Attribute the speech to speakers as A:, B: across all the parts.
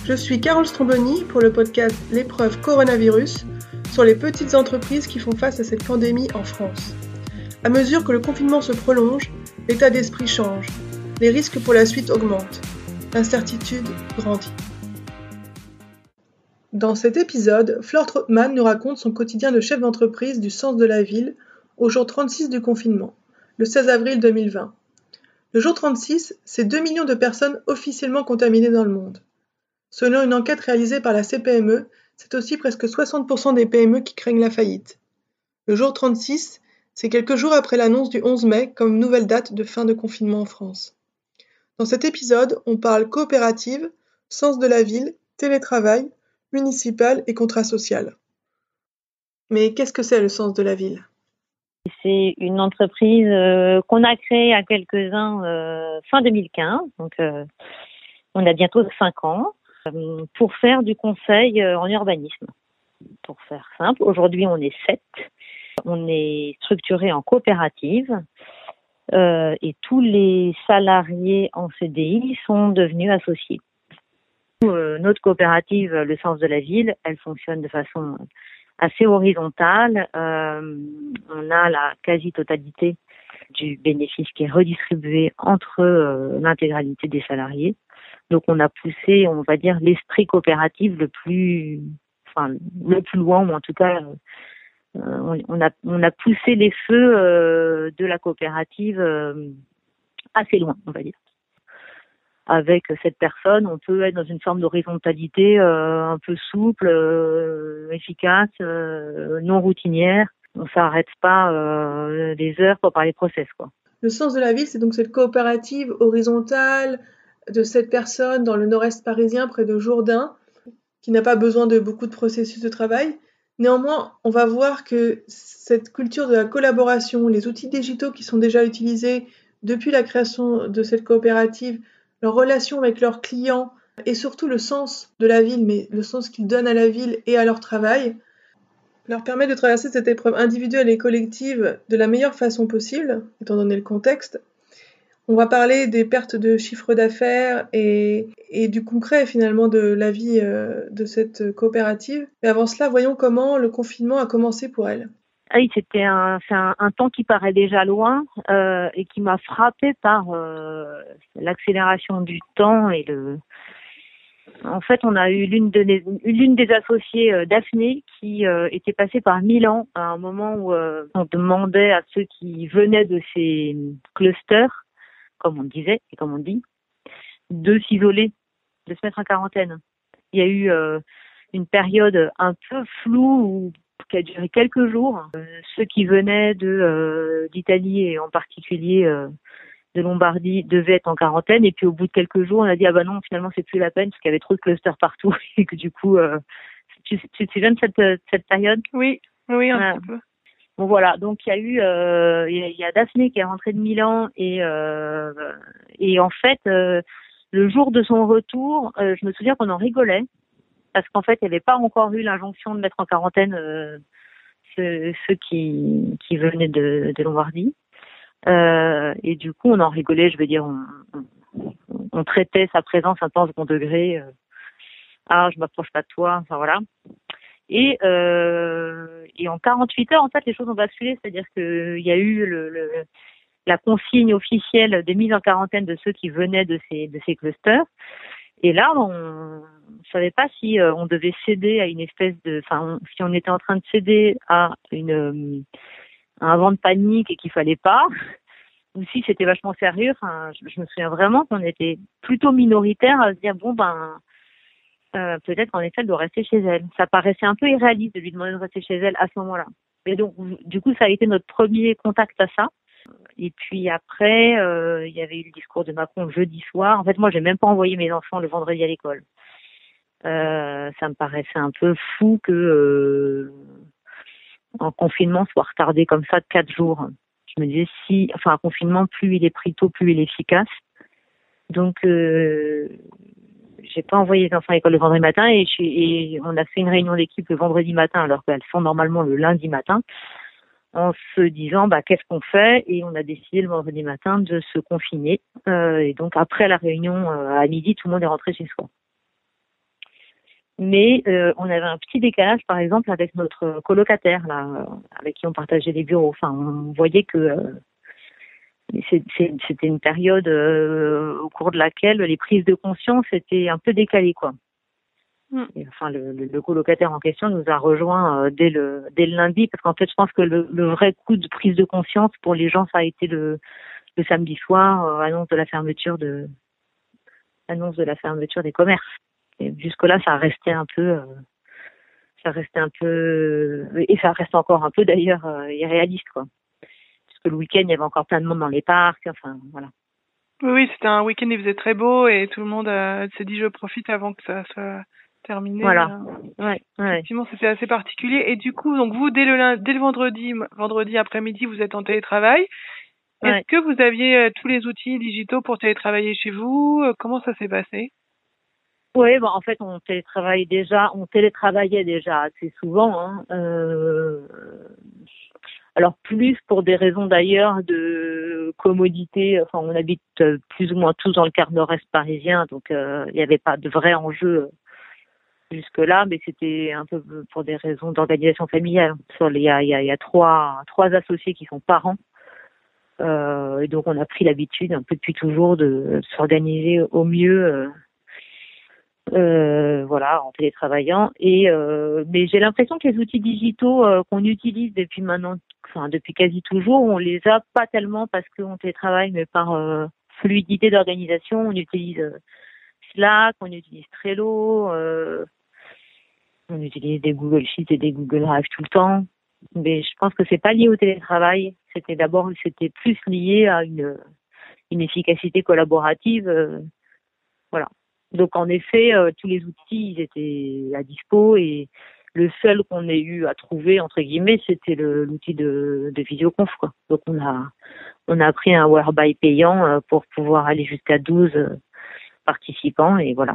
A: Je suis Carole Stromboni pour le podcast L'épreuve coronavirus sur les petites entreprises qui font face à cette pandémie en France. À mesure que le confinement se prolonge, l'état d'esprit change, les risques pour la suite augmentent, l'incertitude grandit. Dans cet épisode, Fleur Trottmann nous raconte son quotidien de chef d'entreprise du Sens de la Ville au jour 36 du confinement, le 16 avril 2020. Le jour 36, c'est 2 millions de personnes officiellement contaminées dans le monde. Selon une enquête réalisée par la CPME, c'est aussi presque 60% des PME qui craignent la faillite. Le jour 36, c'est quelques jours après l'annonce du 11 mai comme nouvelle date de fin de confinement en France. Dans cet épisode, on parle coopérative, sens de la ville, télétravail, municipal et contrat social. Mais qu'est-ce que c'est le sens de la ville ?
B: C'est une entreprise qu'on a créée à quelques-uns fin 2015, donc on a bientôt 5 ans, pour faire du conseil en urbanisme. Pour faire simple, aujourd'hui on est 7, on est structuré en coopérative et tous les salariés en CDI sont devenus associés. Notre coopérative, le Sens de la Ville, elle fonctionne de façon assez horizontale. On a la quasi-totalité du bénéfice qui est redistribué entre l'intégralité des salariés. Donc on a poussé, on va dire, l'esprit coopératif le plus loin, ou en tout cas on a poussé les feux de la coopérative assez loin, on va dire. Avec cette personne, on peut être dans une forme d'horizontalité un peu souple, efficace, non routinière. On s'arrête pas des heures pour parler process, quoi.
A: Le Sens de la Ville, c'est donc cette coopérative horizontale de cette personne dans le nord-est parisien, près de Jourdain, qui n'a pas besoin de beaucoup de processus de travail. Néanmoins, on va voir que cette culture de la collaboration, les outils digitaux qui sont déjà utilisés depuis la création de cette coopérative, leur relation avec leurs clients et surtout le sens de la ville, mais le sens qu'ils donnent à la ville et à leur travail, leur permet de traverser cette épreuve individuelle et collective de la meilleure façon possible, étant donné le contexte. On va parler des pertes de chiffre d'affaires et du concret finalement de la vie de cette coopérative. Mais avant cela, voyons comment le confinement a commencé pour elle.
B: Ah oui, c'est un temps qui paraît déjà loin et qui m'a frappée par l'accélération du temps et En fait, on a eu l'une des associées, Daphné, qui était passée par Milan à un moment où on demandait à ceux qui venaient de ces clusters, comme on disait et comme on dit, de s'isoler, de se mettre en quarantaine. Il y a eu une période un peu floue qui a duré quelques jours. Ceux qui venaient d'Italie et en particulier de Lombardie devaient être en quarantaine, et puis au bout de quelques jours on a dit ah bah non, finalement c'est plus la peine parce qu'il y avait trop de clusters partout et que du coup tu te souviens de cette période?
A: Oui, un petit peu.
B: Bon voilà, donc il y a eu il y a Daphné qui est rentrée de Milan et en fait le jour de son retour, je me souviens qu'on en rigolait parce qu'en fait il n'y avait pas encore eu l'injonction de mettre en quarantaine ceux qui venaient de Lombardie. Et du coup, on en rigolait, je veux dire, on traitait sa présence un peu en second degré. Je m'approche pas de toi, enfin voilà. Et en 48 heures, en fait, les choses ont basculé, c'est-à-dire qu'il y a eu la consigne officielle des mises en quarantaine de ceux qui venaient de ces clusters. Et là, on savait pas si on devait céder à une espèce si on était en train de céder à un vent de panique et qu'il fallait pas, ou si c'était vachement sérieux. Je me souviens vraiment qu'on était plutôt minoritaire à se dire peut-être qu'en effet elle doit rester chez elle. Ça paraissait un peu irréaliste de lui demander de rester chez elle à ce moment-là. Et donc du coup ça a été notre premier contact à ça. Et puis après il y avait eu le discours de Macron le jeudi soir. En fait moi j'ai même pas envoyé mes enfants le vendredi à l'école. Ça me paraissait un peu fou que un confinement soit retardé comme ça de 4 jours. Je me disais un confinement, plus il est pris tôt, plus il est efficace. Donc, j'ai pas envoyé les enfants à l'école le vendredi matin et on a fait une réunion d'équipe le vendredi matin alors qu'elles sont normalement le lundi matin en se disant qu'est-ce qu'on fait, et on a décidé le vendredi matin de se confiner. Et donc après la réunion à midi, tout le monde est rentré chez soi. Mais on avait un petit décalage, par exemple, avec notre colocataire, là, avec qui on partageait les bureaux. Enfin, on voyait que c'était une période au cours de laquelle les prises de conscience étaient un peu décalées, quoi. Et, enfin, le colocataire en question nous a rejoint dès le lundi, parce qu'en fait, je pense que le vrai coup de prise de conscience pour les gens, ça a été le samedi soir, annonce de la fermeture des commerces. Et jusque-là, ça restait un peu, et ça reste encore un peu d'ailleurs irréaliste, quoi. Parce que le week-end, il y avait encore plein de monde dans les parcs, enfin, voilà.
C: Oui, c'était un week-end, il faisait très beau et tout le monde s'est dit je profite avant que ça soit terminé.
B: Voilà. Ouais.
C: Effectivement, c'était assez particulier. Et du coup, donc vous, dès le vendredi après-midi, vous êtes en télétravail. Est-ce que vous aviez tous les outils digitaux pour télétravailler chez vous? Comment ça s'est passé?
B: Oui, en fait, on télétravaillait déjà assez souvent. Hein. Alors plus pour des raisons d'ailleurs de commodité. Enfin, on habite plus ou moins tous dans le quart nord-est parisien, donc il n'y avait pas de vrai enjeu jusque-là, mais c'était un peu pour des raisons d'organisation familiale. Il y a trois associés qui sont parents. Et donc on a pris l'habitude un peu depuis toujours de s'organiser au mieux en télétravaillant. Mais j'ai l'impression que les outils digitaux qu'on utilise depuis quasi toujours, on les a pas tellement parce qu'on télétravaille, mais par fluidité d'organisation. On utilise Slack, on utilise Trello, on utilise des Google Sheets et des Google Drive tout le temps. Mais je pense que c'est pas lié au télétravail. C'était plus lié à une efficacité collaborative. Voilà. Donc en effet, tous les outils ils étaient à dispo et le seul qu'on ait eu à trouver entre guillemets, c'était l'outil de visioconf, quoi. Donc on a pris un whereby payant pour pouvoir aller jusqu'à 12 participants et voilà.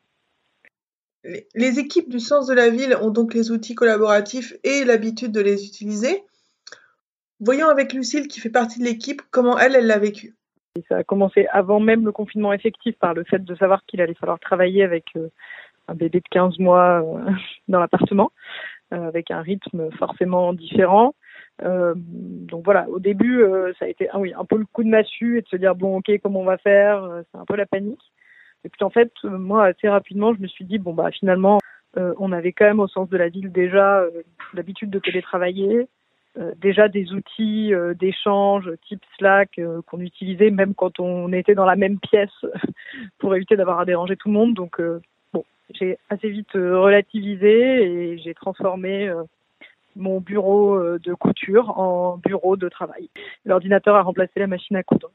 A: Les équipes du Sens de la Ville ont donc les outils collaboratifs et l'habitude de les utiliser. Voyons avec Lucille, qui fait partie de l'équipe, comment elle l'a vécu.
D: Et ça a commencé avant même le confinement effectif, par le fait de savoir qu'il allait falloir travailler avec un bébé de 15 mois dans l'appartement, avec un rythme forcément différent. Donc voilà, au début, ça a été un peu le coup de massue et de se dire bon, ok, comment on va faire, c'est un peu la panique. Et puis en fait, moi, assez rapidement, je me suis dit finalement, on avait quand même au Sens de la Ville déjà l'habitude de télétravailler, déjà des outils d'échange type Slack qu'on utilisait même quand on était dans la même pièce pour éviter d'avoir à déranger tout le monde. Donc j'ai assez vite relativisé et j'ai transformé mon bureau de couture en bureau de travail. L'ordinateur a remplacé la machine à coudre.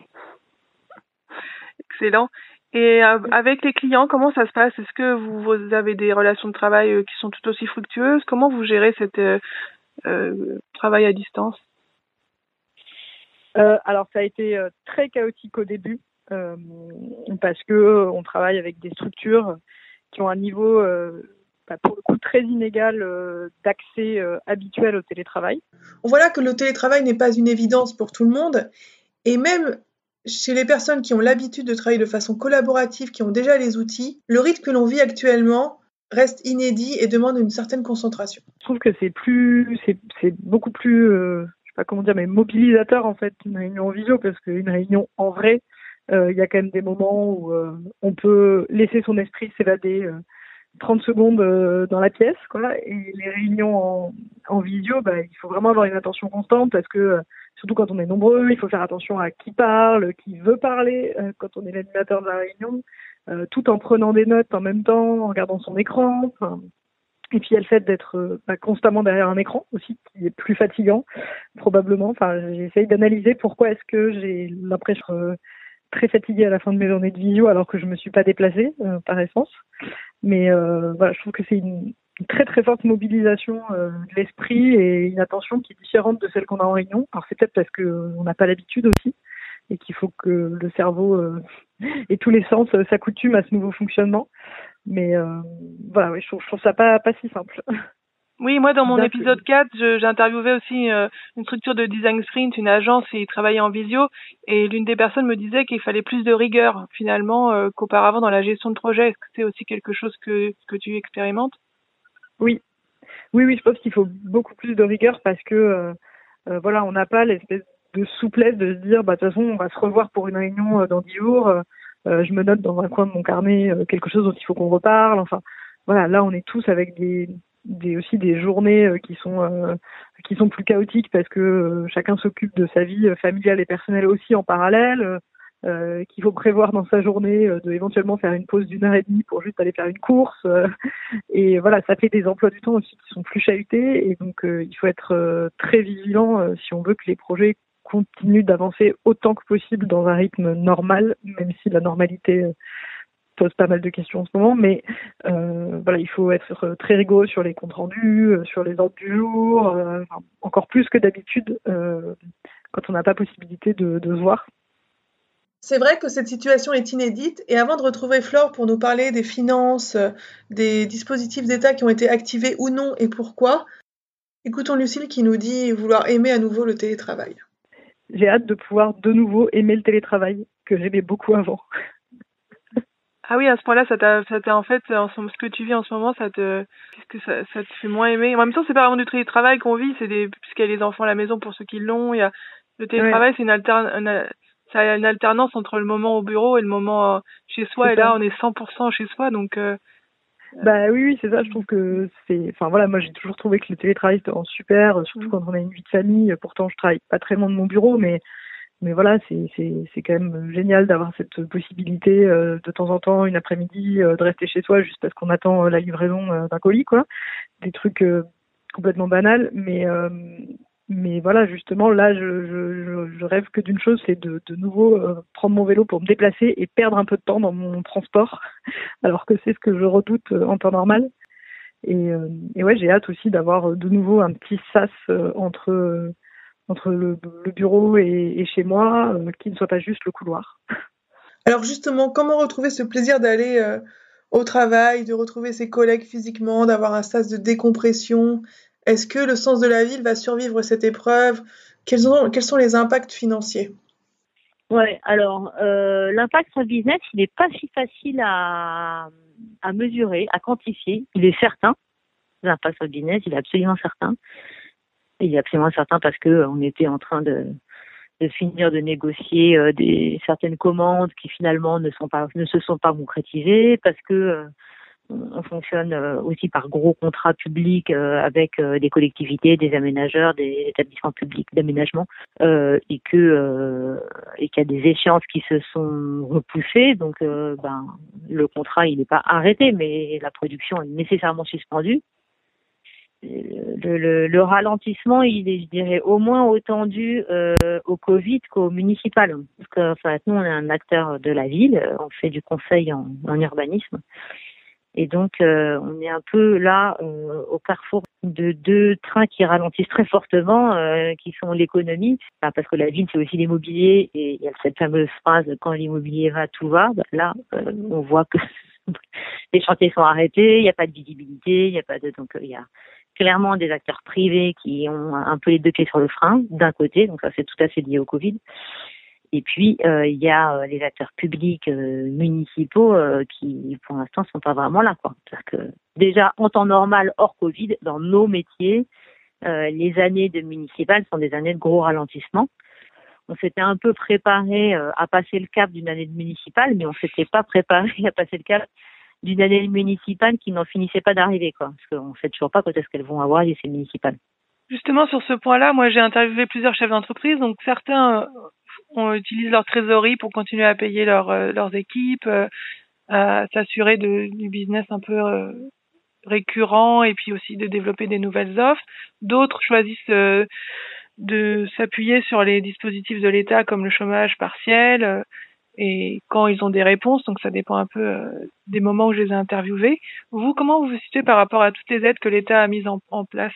C: Excellent. Et avec les clients, comment ça se passe? Est-ce que vous avez des relations de travail qui sont tout aussi fructueuses? Comment vous gérez cette travail à distance?
D: Alors ça a été très chaotique au début parce que on travaille avec des structures qui ont un niveau pour le coup très inégal d'accès habituel au télétravail.
A: On voit là que le télétravail n'est pas une évidence pour tout le monde, et même chez les personnes qui ont l'habitude de travailler de façon collaborative, qui ont déjà les outils, le rythme que l'on vit actuellement reste inédit et demande une certaine concentration.
D: Je trouve que c'est beaucoup plus, je sais pas comment dire, mais mobilisateur en fait qu'une réunion en visio, parce qu'une réunion en vrai, il y a quand même des moments où on peut laisser son esprit s'évader 30 secondes dans la pièce, quoi. Et les réunions en visio, il faut vraiment avoir une attention constante parce que surtout quand on est nombreux, il faut faire attention à qui parle, qui veut parler quand on est l'animateur de la réunion, tout en prenant des notes en même temps, en regardant son écran. Et puis il y a le fait d'être constamment derrière un écran aussi, qui est plus fatigant probablement. J'essaye d'analyser pourquoi est-ce que j'ai l'impression très fatiguée à la fin de mes journées de visio alors que je me suis pas déplacée par essence. Mais je trouve que c'est une très très forte mobilisation de l'esprit et une attention qui est différente de celle qu'on a en réunion. Alors c'est peut-être parce qu'on n'a pas l'habitude aussi et qu'il faut que le cerveau et tous les sens s'accoutument à ce nouveau fonctionnement. Mais je trouve ça pas si simple.
C: Oui, moi, dans mon
D: D'accord.
C: épisode 4, j'ai interviewé aussi une structure de design sprint, une agence, et ils travaillaient en visio. Et l'une des personnes me disait qu'il fallait plus de rigueur, finalement, qu'auparavant dans la gestion de projet. Est-ce que c'est aussi quelque chose que tu expérimentes?
D: Oui, oui, je pense qu'il faut beaucoup plus de rigueur parce que voilà, on n'a pas l'espèce de souplesse de se dire, bah de toute façon, on va se revoir pour une réunion dans 10 jours. Je me note dans un coin de mon carnet quelque chose dont il faut qu'on reparle. Enfin, voilà, là, on est tous avec aussi des journées qui sont plus chaotiques parce que chacun s'occupe de sa vie familiale et personnelle aussi en parallèle. Qu'il faut prévoir dans sa journée de éventuellement faire une pause d'1 heure et demie pour juste aller faire une course. Et voilà, ça fait des emplois du temps aussi qui sont plus chahutés. Et donc, il faut être très vigilant si on veut que les projets continuent d'avancer autant que possible dans un rythme normal, même si la normalité pose pas mal de questions en ce moment. Mais voilà, il faut être très rigoureux sur les comptes rendus, sur les ordres du jour, encore plus que d'habitude quand on n'a pas possibilité de se voir.
A: C'est vrai que cette situation est inédite et avant de retrouver Flore pour nous parler des finances, des dispositifs d'État qui ont été activés ou non et pourquoi, écoutons Lucille qui nous dit vouloir aimer à nouveau le télétravail.
D: J'ai hâte de pouvoir de nouveau aimer le télétravail que j'aimais beaucoup avant.
C: Ah oui, à ce point-là, ça t'a en fait, ce que tu vis en ce moment, qu'est-ce que ça te fait moins aimer? En même temps, c'est pas vraiment du télétravail qu'on vit, puisqu'il y a les enfants à la maison pour ceux qui l'ont, le télétravail, c'est ça a une alternance entre le moment au bureau et le moment chez soi, et là, on est 100% chez soi, donc,
D: Bah oui, c'est ça, je trouve que enfin voilà, moi j'ai toujours trouvé que le télétravail c'était vraiment super, surtout quand on a une vie de famille. Pourtant, je travaille pas très loin de mon bureau, mais voilà, c'est quand même génial d'avoir cette possibilité de temps en temps, une après-midi, de rester chez soi juste parce qu'on attend la livraison d'un colis, quoi. Des trucs complètement banals, mais voilà, justement, là, je rêve que d'une chose, c'est de nouveau prendre mon vélo pour me déplacer et perdre un peu de temps dans mon transport, alors que c'est ce que je redoute en temps normal. Et ouais, j'ai hâte aussi d'avoir de nouveau un petit sas entre le bureau et chez moi, qui ne soit pas juste le couloir.
A: Alors justement, comment retrouver ce plaisir d'aller au travail, de retrouver ses collègues physiquement, d'avoir un sas de décompression? Est-ce que le sens de la ville va survivre cette épreuve? Quels sont les impacts financiers?
B: Ouais, alors l'impact sur le business, il n'est pas si facile à mesurer, à quantifier. Il est certain. L'impact sur le business, il est absolument certain. Il est absolument certain parce que on était en train de finir de négocier certaines commandes qui finalement ne se sont pas concrétisées, parce que on fonctionne aussi par gros contrats publics avec des collectivités, des aménageurs, des établissements publics d'aménagement, et qu'il y a des échéances qui se sont repoussées. Donc le contrat il n'est pas arrêté, mais la production est nécessairement suspendue. Le ralentissement, il est, je dirais, au moins autant dû au Covid qu'au municipal. Parce que, enfin, nous, on est un acteur de la ville, on fait du conseil en urbanisme. Et donc, on est un peu là au carrefour de deux trains qui ralentissent très fortement, qui sont l'économie. Enfin, parce que la ville, c'est aussi l'immobilier. Et il y a cette fameuse phrase « quand l'immobilier va, tout va ». Ben, là, on voit que les chantiers sont arrêtés, il n'y a pas de visibilité, il n'y a pas de... Donc, il y a clairement des acteurs privés qui ont un peu les deux pieds sur le frein, d'un côté, donc ça c'est tout à fait lié au Covid. Et puis il y a les acteurs publics municipaux qui pour l'instant sont pas vraiment là, quoi. C'est-à-dire que déjà en temps normal, hors Covid, dans nos métiers, les années de municipal sont des années de gros ralentissement. On s'était un peu préparé à passer le cap d'une année de municipal, mais on s'était pas préparé à passer le cap d'une année municipale qui n'en finissait pas d'arriver, quoi. Parce qu'on ne sait toujours pas quand est-ce qu'elles vont avoir les essais municipales.
C: Justement, sur ce point-là, moi, j'ai interviewé plusieurs chefs d'entreprise. Donc, certains utilisent leur trésorerie pour continuer à payer leurs équipes, à s'assurer du business un peu récurrent et puis aussi de développer des nouvelles offres. D'autres choisissent de s'appuyer sur les dispositifs de l'État comme le chômage partiel, et quand ils ont des réponses, donc ça dépend un peu des moments où je les ai interviewés. Vous, comment vous vous situez par rapport à toutes les aides que l'État a mises en place?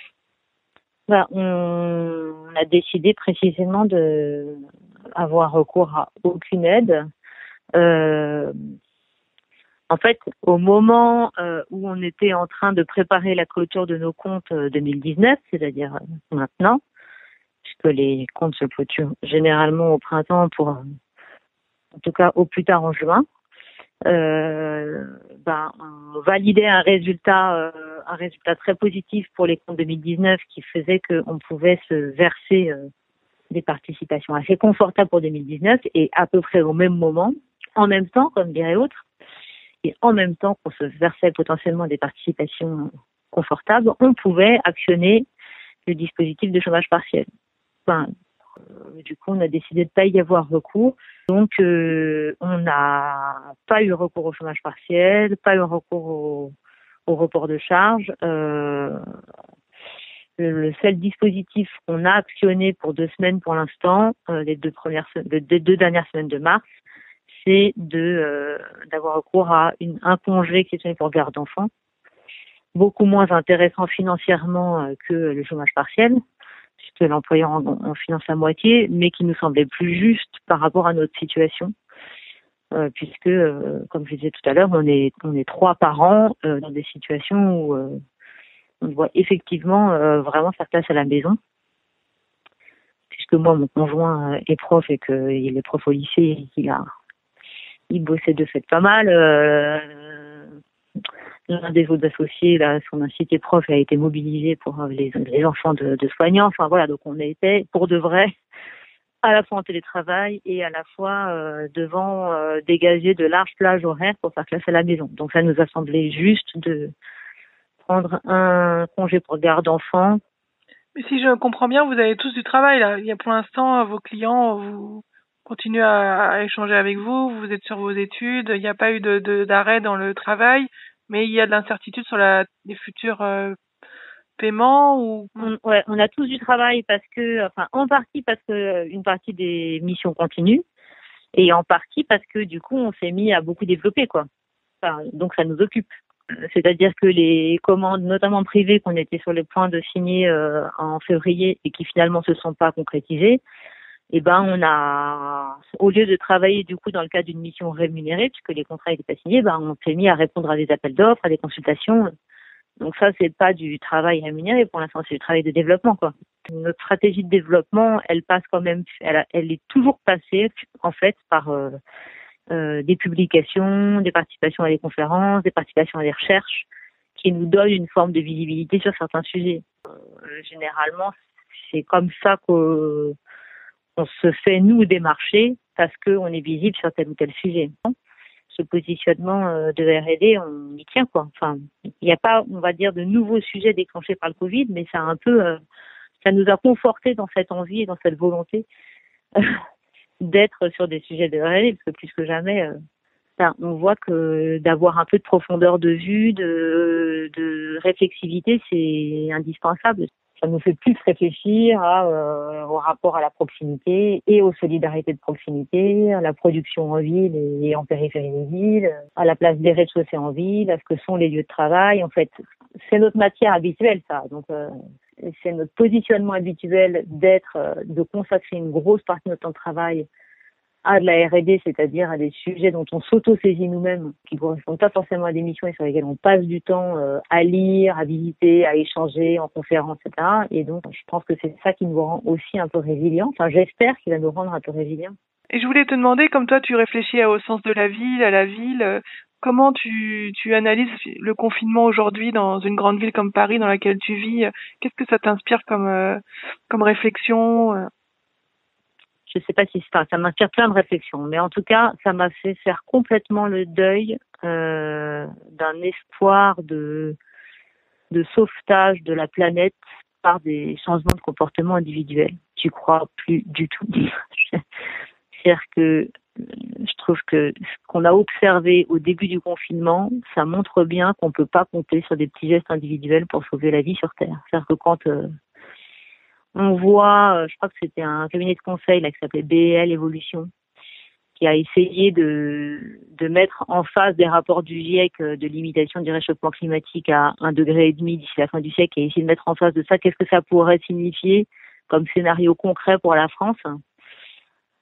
B: On a décidé précisément de avoir recours à aucune aide. En En fait, au moment où on était en train de préparer la clôture de nos comptes 2019, c'est-à-dire maintenant, puisque les comptes se clôturent généralement au printemps en tout cas au plus tard en juin, on validait un résultat très positif pour les comptes 2019 qui faisait qu'on pouvait se verser des participations assez confortables pour 2019 et à peu près au même moment, en même temps, comme dirait l'autre, et en même temps qu'on se versait potentiellement des participations confortables, on pouvait actionner le dispositif de chômage partiel. Du coup, on a décidé de ne pas y avoir recours. Donc, on n'a pas eu recours au chômage partiel, pas eu recours au report de charge. Le seul dispositif qu'on a actionné pour 2 semaines pour l'instant, les 2 dernières semaines de mars, c'est d'avoir recours à un congé exceptionnel pour garde d'enfants, beaucoup moins intéressant financièrement que le chômage partiel, puisque l'employeur en finance la moitié, mais qui nous semblait plus juste par rapport à notre situation, puisque, comme je disais tout à l'heure, on est 3 par an dans des situations où on doit effectivement vraiment faire place à la maison. Puisque moi, mon conjoint est prof et qu'il est prof au lycée et il bossait de fait pas mal. L'un des autres associés, là, son incité prof a été mobilisé pour les enfants de soignants. Enfin voilà, donc on était pour de vrai à la fois en télétravail et à la fois devant dégager de larges plages horaires pour faire place à la maison. Donc ça nous a semblé juste de prendre un congé pour garde d'enfants.
C: Mais si je comprends bien, vous avez tous du travail là. Il y a pour l'instant vos clients, vous continuez à échanger avec vous, vous êtes sur vos études, il n'y a pas eu d'arrêt dans le travail, mais il y a de l'incertitude sur les futurs paiements ou.
B: Ouais, on a tous du travail en partie parce que une partie des missions continuent et en partie parce que du coup on s'est mis à beaucoup développer quoi. Donc ça nous occupe. C'est-à-dire que les commandes, notamment privées, qu'on était sur le point de signer en février et qui finalement se sont pas concrétisées, on a, au lieu de travailler du coup dans le cadre d'une mission rémunérée, puisque les contrats n'étaient pas signés, on s'est mis à répondre à des appels d'offres, à des consultations. Donc ça, c'est pas du travail rémunéré pour l'instant, c'est du travail de développement quoi. Notre stratégie de développement, elle passe quand même, elle est toujours passée en fait par des publications, des participations à des conférences, des participations à des recherches qui nous donnent une forme de visibilité sur certains sujets. Généralement, c'est comme ça qu'on se fait, nous, démarcher parce qu'on est visible sur tel ou tel sujet. Ce positionnement de R&D, on y tient, quoi. Enfin, il n'y a pas, on va dire, de nouveaux sujets déclenchés par le Covid, mais ça a un peu, ça nous a confortés dans cette envie et dans cette volonté d'être sur des sujets de R&D, parce que plus que jamais, on voit que d'avoir un peu de profondeur de vue, de réflexivité, c'est indispensable. Ça nous fait plus réfléchir au rapport à la proximité et aux solidarités de proximité, à la production en ville et en périphérie des villes, à la place des rez-de-chaussée en ville, à ce que sont les lieux de travail. En fait, c'est notre matière habituelle, ça. Donc, c'est notre positionnement habituel de consacrer une grosse partie de notre temps de travail à de la R&D, c'est-à-dire à des sujets dont on s'auto-saisit nous-mêmes, qui ne correspondent pas forcément à des missions et sur lesquelles on passe du temps à lire, à visiter, à échanger en conférence, etc. Et donc, je pense que c'est ça qui nous rend aussi un peu résilients. Enfin, j'espère qu'il va nous rendre un peu résilients.
C: Et je voulais te demander, comme toi, tu réfléchis au sens de la ville, à la ville, comment tu analyses le confinement aujourd'hui dans une grande ville comme Paris dans laquelle tu vis? Qu'est-ce que ça t'inspire comme réflexion?
B: Je sais pas si ça m'inspire plein de réflexions, mais en tout cas, ça m'a fait faire complètement le deuil d'un espoir de sauvetage de la planète par des changements de comportement individuels. J'y crois plus du tout. C'est-à-dire que je trouve que ce qu'on a observé au début du confinement, ça montre bien qu'on peut pas compter sur des petits gestes individuels pour sauver la vie sur Terre. C'est-à-dire que quand on voit, je crois que c'était un cabinet de conseil là qui s'appelait BL Evolution, qui a essayé de mettre en face des rapports du GIEC de limitation du réchauffement climatique à 1,5 degré d'ici la fin du siècle, et essayer de mettre en face de ça qu'est-ce que ça pourrait signifier comme scénario concret pour la France.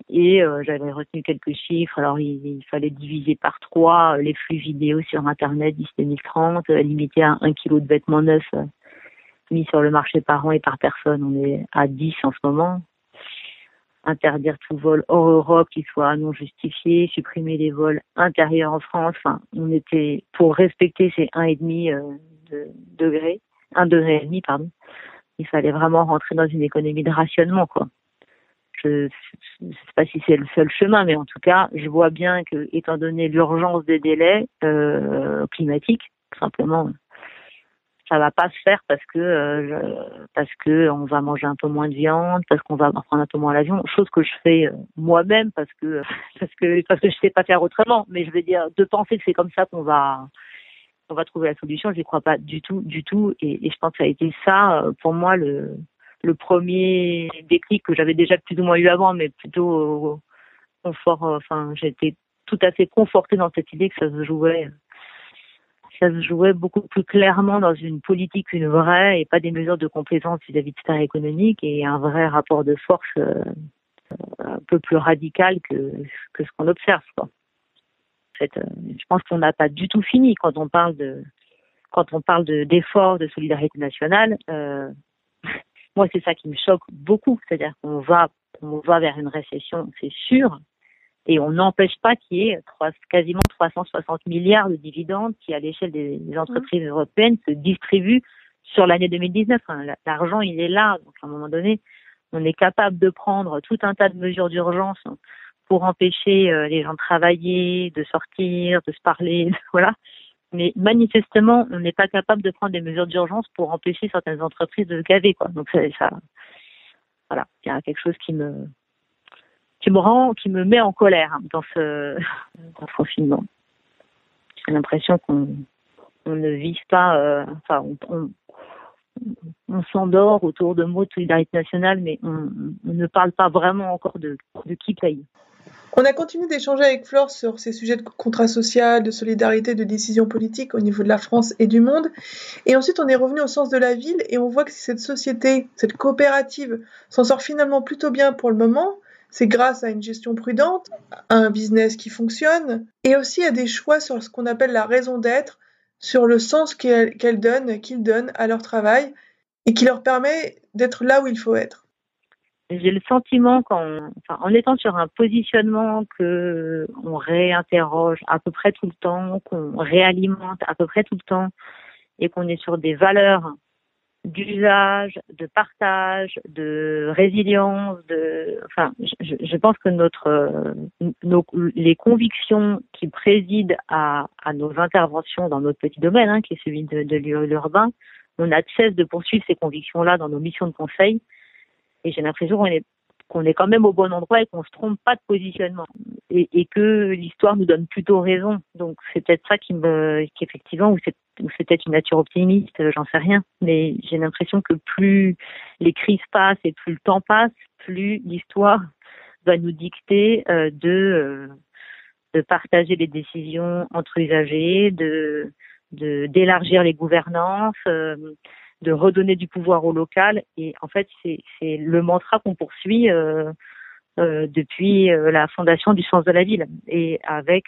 B: Et j'avais retenu quelques chiffres. Alors, il fallait diviser par 3 les flux vidéo sur Internet d'ici 2030, limiter à 1 kilo de vêtements neufs mis sur le marché par an et par personne. On est à 10 en ce moment. Interdire tout vol hors Europe qui soit non justifié, supprimer les vols intérieurs en France. Enfin, on était pour respecter ces 1,5 degrés, 1,5 degré, pardon. Il fallait vraiment rentrer dans une économie de rationnement, quoi. Je ne sais pas si c'est le seul chemin, mais en tout cas, je vois bien que, étant donné l'urgence des délais climatiques, tout simplement, ça va pas se faire parce que on va manger un peu moins de viande, parce qu'on va prendre un peu moins l'avion, chose que je fais moi-même parce que je sais pas faire autrement. Mais je veux dire, de penser que c'est comme ça qu'on va trouver la solution, je n'y crois pas du tout. Et je pense que ça a été ça pour moi le premier déclic que j'avais déjà plus ou moins eu avant, mais plutôt confort. Enfin, j'étais tout à fait confortée dans cette idée que ça se jouait beaucoup plus clairement dans une politique, une vraie, et pas des mesures de complaisance vis-à-vis de sphère économique, et un vrai rapport de force un peu plus radical que ce qu'on observe, quoi. En fait, je pense qu'on n'a pas du tout fini quand on parle d'efforts de solidarité nationale. Moi, c'est ça qui me choque beaucoup, c'est-à-dire qu'on va vers une récession, c'est sûr, et on n'empêche pas qu'il y ait quasiment 360 milliards de dividendes qui, à l'échelle des entreprises européennes, se distribuent sur l'année 2019. L'argent, il est là, donc à un moment donné, on est capable de prendre tout un tas de mesures d'urgence pour empêcher les gens de travailler, de sortir, de se parler, voilà. Mais manifestement, on n'est pas capable de prendre des mesures d'urgence pour empêcher certaines entreprises de se gaver, quoi. Donc ça, voilà, il y a quelque chose qui me met en colère dans ce confinement. J'ai l'impression qu'on ne vise pas, on s'endort autour de mots de solidarité nationale, mais on ne parle pas vraiment encore de qui paye.
A: On a continué d'échanger avec Flore sur ces sujets de contrat social, de solidarité, de décision politique au niveau de la France et du monde. Et ensuite, on est revenu au sens de la ville et on voit que cette société, cette coopérative, s'en sort finalement plutôt bien pour le moment. C'est grâce à une gestion prudente, à un business qui fonctionne et aussi à des choix sur ce qu'on appelle la raison d'être, sur le sens qu'ils donnent à leur travail et qui leur permet d'être là où il faut être.
B: J'ai le sentiment en étant sur un positionnement que on réinterroge à peu près tout le temps, qu'on réalimente à peu près tout le temps, et qu'on est sur des valeurs d'usage, de partage, de résilience, je pense que les convictions qui président à nos interventions dans notre petit domaine, qui est celui de l'urbain, on n'a de cesse de poursuivre ces convictions-là dans nos missions de conseil. Et j'ai l'impression qu'on est quand même au bon endroit et qu'on se trompe pas de positionnement. Et que l'histoire nous donne plutôt raison. Donc c'est peut-être ça qu'effectivement, ou c'est peut-être une nature optimiste, j'en sais rien. Mais j'ai l'impression que plus les crises passent et plus le temps passe, plus l'histoire va nous dicter de partager les décisions entre usagers, d'élargir les gouvernances, de redonner du pouvoir au local. Et en fait, c'est le mantra qu'on poursuit depuis la fondation du Sens de la Ville, et avec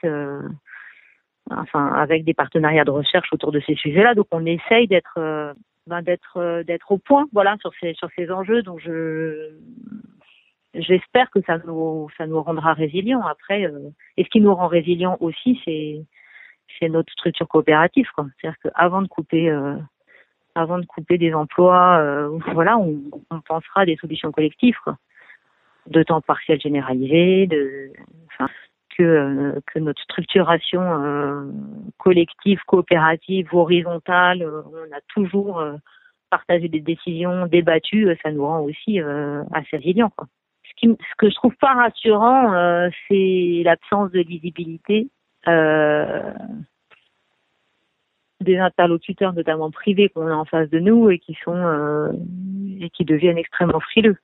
B: des partenariats de recherche autour de ces sujets-là. Donc on essaye d'être au point, voilà, sur ces enjeux. Donc j'espère que ça nous rendra résilients. Après, et ce qui nous rend résilients aussi, c'est notre structure coopérative, quoi. C'est-à-dire qu'avant de couper des emplois, voilà, on pensera à des solutions collectives, quoi. De temps partiel généralisé, que notre structuration collective, coopérative, horizontale, on a toujours partagé des décisions, débattues, ça nous rend aussi assez résilients, quoi. Ce que je trouve pas rassurant, c'est l'absence de visibilité des interlocuteurs, notamment privés, qu'on a en face de nous et qui deviennent extrêmement frileux.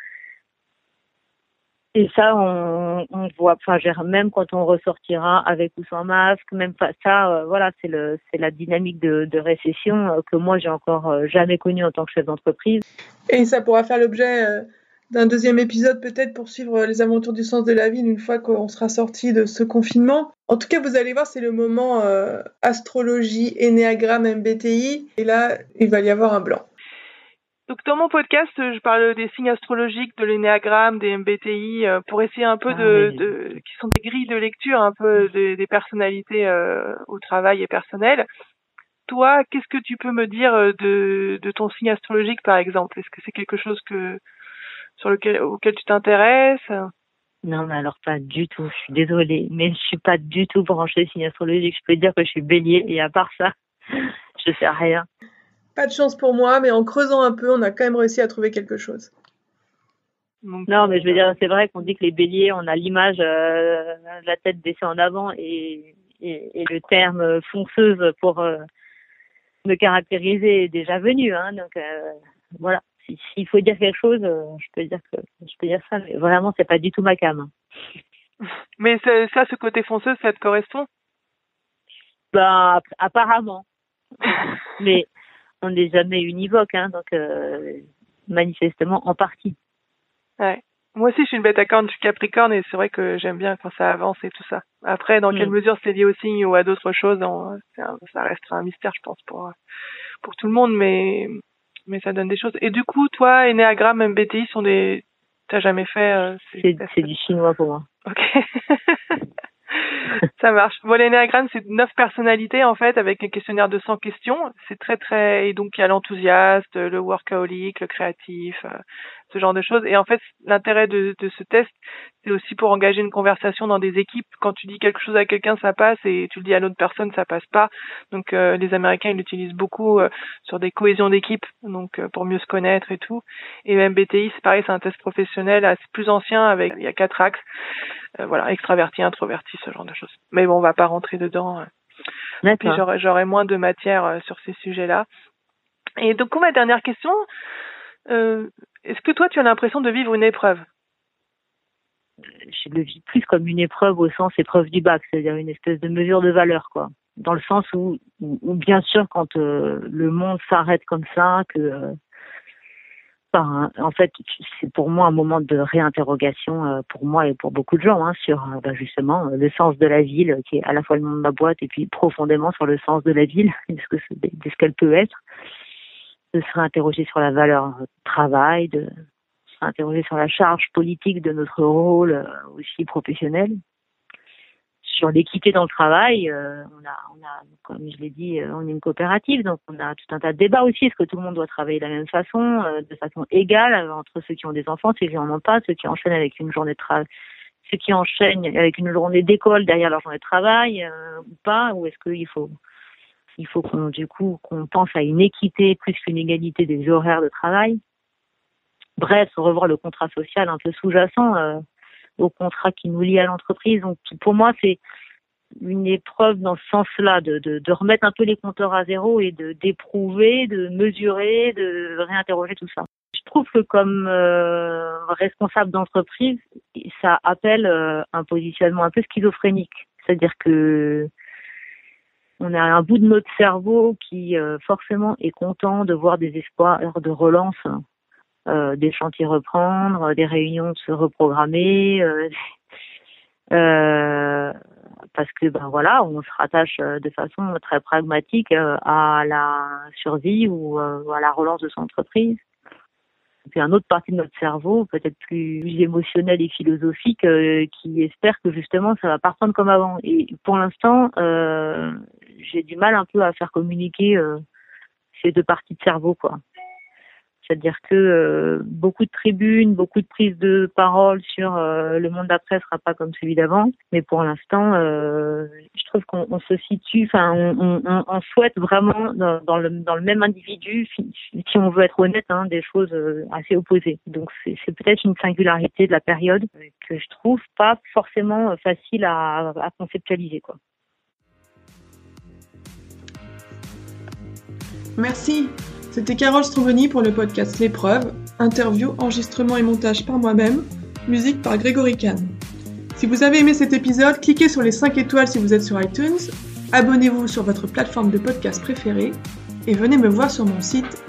B: Et ça, on voit, même quand on ressortira avec ou sans masque, même pas ça, voilà, c'est la dynamique de récession que moi j'ai encore jamais connue en tant que chef d'entreprise.
A: Et ça pourra faire l'objet d'un deuxième épisode peut-être pour suivre les aventures du sens de la vie une fois qu'on sera sorti de ce confinement. En tout cas, vous allez voir, c'est le moment astrologie, énéagramme, MBTI. Et là, il va y avoir un blanc.
C: Donc dans mon podcast, je parle des signes astrologiques, de l'énéagramme, des MBTI, pour essayer un peu qui sont des grilles de lecture, un peu des personnalités au travail et personnel. Toi, qu'est-ce que tu peux me dire de ton signe astrologique, par exemple? Est-ce que c'est quelque chose auquel tu t'intéresses?
B: Non, mais alors pas du tout. Je suis désolée, mais je suis pas du tout branchée signe astrologique. Je peux te dire que je suis Bélier et à part ça, je sais rien.
A: Pas de chance pour moi, mais en creusant un peu, on a quand même réussi à trouver quelque chose.
B: Non, mais je veux dire, c'est vrai qu'on dit que les Béliers, on a l'image, la tête baissée en avant et le terme fonceuse pour me caractériser est déjà venu, hein. Donc voilà. S'il faut dire quelque chose, je peux dire ça, mais vraiment c'est pas du tout ma came.
C: Mais ça, ce côté fonceux, ça te correspond?
B: Bah apparemment. Mais on n'est jamais univoque, hein, donc manifestement en partie.
C: Ouais. Moi aussi, je suis une bête à cornes, je suis Capricorne et c'est vrai que j'aime bien quand ça avance et tout ça. Après, dans quelle mesure c'est lié au signe ou à d'autres choses, ça restera un mystère, je pense, pour tout le monde, mais ça donne des choses. Et du coup, toi, énéagramme, MBTI t'as jamais fait
B: c'est du chinois pour moi.
C: Ok. Ça marche. Bon, l'énéagramme, c'est 9 personnalités, en fait, avec un questionnaire de 100 questions. C'est et donc, il y a l'enthousiaste, le workaholic, le créatif, ce genre de choses. Et en fait, l'intérêt de ce test, c'est aussi pour engager une conversation dans des équipes. Quand tu dis quelque chose à quelqu'un, ça passe, et tu le dis à l'autre personne, ça passe pas. Donc, les Américains, ils l'utilisent beaucoup sur des cohésions d'équipe, donc pour mieux se connaître et tout. Et le MBTI, c'est pareil, c'est un test professionnel assez plus ancien, il y a 4 axes. Voilà, extraverti, introverti, ce genre de choses. Mais bon, on va pas rentrer dedans. Puis j'aurai moins de matière sur ces sujets-là. Et donc, ma dernière question, est-ce que toi, tu as l'impression de vivre une épreuve?
B: Je le vis plus comme une épreuve au sens épreuve du bac, c'est-à-dire une espèce de mesure de valeur, quoi. Dans le sens où bien sûr, quand le monde s'arrête comme ça, en fait, c'est pour moi un moment de réinterrogation pour moi et pour beaucoup de gens, hein, sur justement le sens de la ville, qui est à la fois le nom de ma boîte et puis profondément sur le sens de la ville, de ce qu'elle peut être, de se réinterroger sur la valeur travail, de se réinterroger sur la charge politique de notre rôle aussi professionnel, sur l'équité dans le travail. On a, comme je l'ai dit, on est une coopérative, donc on a tout un tas de débats aussi. Est-ce que tout le monde doit travailler de la même façon, de façon égale, entre ceux qui ont des enfants, ceux qui en ont pas, ceux qui enchaînent avec une journée de travail, ceux qui enchaînent avec une journée d'école derrière leur journée de travail, ou pas, ou est-ce qu'il faut qu'on pense à une équité plus qu'une égalité des horaires de travail. Bref, revoir le contrat social un peu sous-jacent au contrat qui nous lie à l'entreprise. Donc pour moi, c'est une épreuve dans ce sens-là, de remettre un peu les compteurs à zéro et d'éprouver, de mesurer, de réinterroger tout ça. Je trouve que comme responsable d'entreprise, ça appelle un positionnement un peu schizophrénique. C'est-à-dire que on a un bout de notre cerveau qui forcément est content de voir des espoirs de relance, des chantiers reprendre, des réunions se reprogrammer, parce que voilà, on se rattache de façon très pragmatique à la survie ou à la relance de son entreprise. Et puis une autre partie de notre cerveau, peut-être plus émotionnelle et philosophique, qui espère que justement ça va pas reprendre comme avant. Et pour l'instant, j'ai du mal un peu à faire communiquer ces deux parties de cerveau, quoi. C'est-à-dire que beaucoup de tribunes, beaucoup de prises de parole sur le monde d'après sera pas comme celui d'avant. Mais pour l'instant, je trouve qu'on se situe, on souhaite vraiment dans le même individu, si on veut être honnête, hein, des choses assez opposées. Donc c'est peut-être une singularité de la période que je trouve pas forcément facile à conceptualiser, quoi.
A: Merci. C'était Carole Stromboni pour le podcast L'épreuve, interview, enregistrement et montage par moi-même, musique par Grégory Kahn. Si vous avez aimé cet épisode, cliquez sur les 5 étoiles si vous êtes sur iTunes, abonnez-vous sur votre plateforme de podcast préférée et venez me voir sur mon site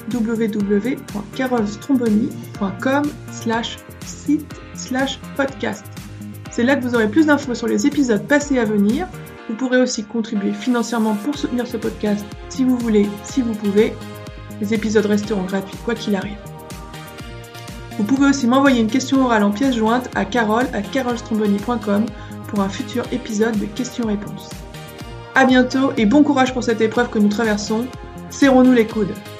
A: www.carolstromboni.com/site/podcast. C'est là que vous aurez plus d'infos sur les épisodes passés à venir. Vous pourrez aussi contribuer financièrement pour soutenir ce podcast si vous voulez, si vous pouvez. Les épisodes resteront gratuits quoi qu'il arrive. Vous pouvez aussi m'envoyer une question orale en pièce jointe à carole@carolstromboni.com pour un futur épisode de questions-réponses. À bientôt et bon courage pour cette épreuve que nous traversons. Serrons-nous les coudes.